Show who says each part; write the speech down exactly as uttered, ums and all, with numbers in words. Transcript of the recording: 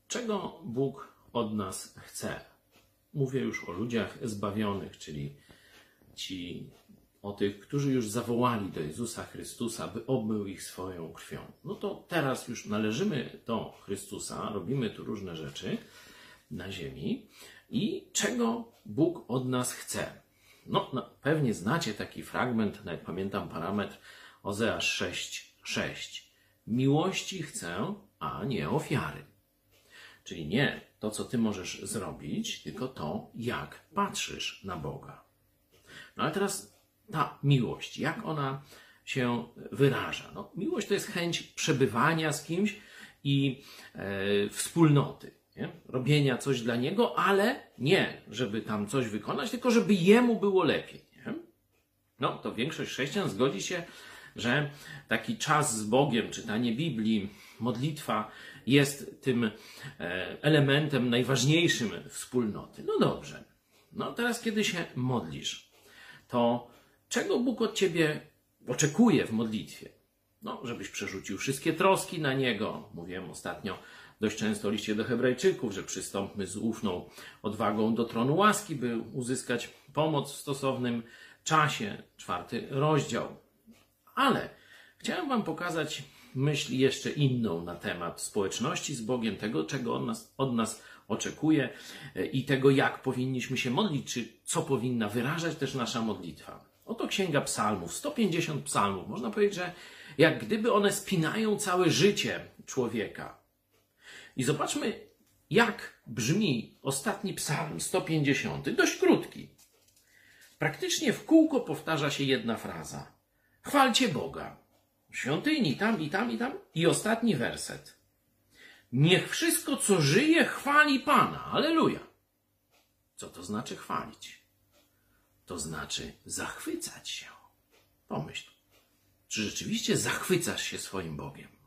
Speaker 1: Czego Bóg od nas chce? Mówię już o ludziach zbawionych, czyli ci, o tych, którzy już zawołali do Jezusa Chrystusa, by obmył ich swoją krwią. No to teraz już należymy do Chrystusa, robimy tu różne rzeczy na ziemi. I czego Bóg od nas chce? No, no pewnie znacie taki fragment, nawet pamiętam parametr Ozeasz sześć sześć. Miłości chcę, a nie ofiary. Czyli nie to, co ty możesz zrobić, tylko to, jak patrzysz na Boga. No ale teraz ta miłość, jak ona się wyraża? No, miłość to jest chęć przebywania z kimś i e, wspólnoty, nie? Robienia coś dla niego, ale nie, żeby tam coś wykonać, tylko żeby jemu było lepiej. Nie? No to większość chrześcijan zgodzi się, że taki czas z Bogiem, czytanie Biblii, modlitwa jest tym elementem najważniejszym wspólnoty. No dobrze. No teraz, kiedy się modlisz, to czego Bóg od ciebie oczekuje w modlitwie? No, żebyś przerzucił wszystkie troski na Niego. Mówiłem ostatnio dość często w liście do Hebrajczyków, że przystąpmy z ufną odwagą do tronu łaski, by uzyskać pomoc w stosownym czasie. Czwarty rozdział. Ale chciałem wam pokazać myśl jeszcze inną na temat społeczności z Bogiem, tego, czego od nas, od nas oczekuje i tego, jak powinniśmy się modlić, czy co powinna wyrażać też nasza modlitwa. Oto Księga Psalmów, sto pięćdziesiąt psalmów. Można powiedzieć, że jak gdyby one spinają całe życie człowieka. I zobaczmy, jak brzmi ostatni psalm, sto pięćdziesiąty, dość krótki. Praktycznie w kółko powtarza się jedna fraza. Chwalcie Boga. W świątyni, tam i tam i tam. I ostatni werset. Niech wszystko, co żyje, chwali Pana. Alleluja. Co to znaczy chwalić? To znaczy zachwycać się. Pomyśl, czy rzeczywiście zachwycasz się swoim Bogiem?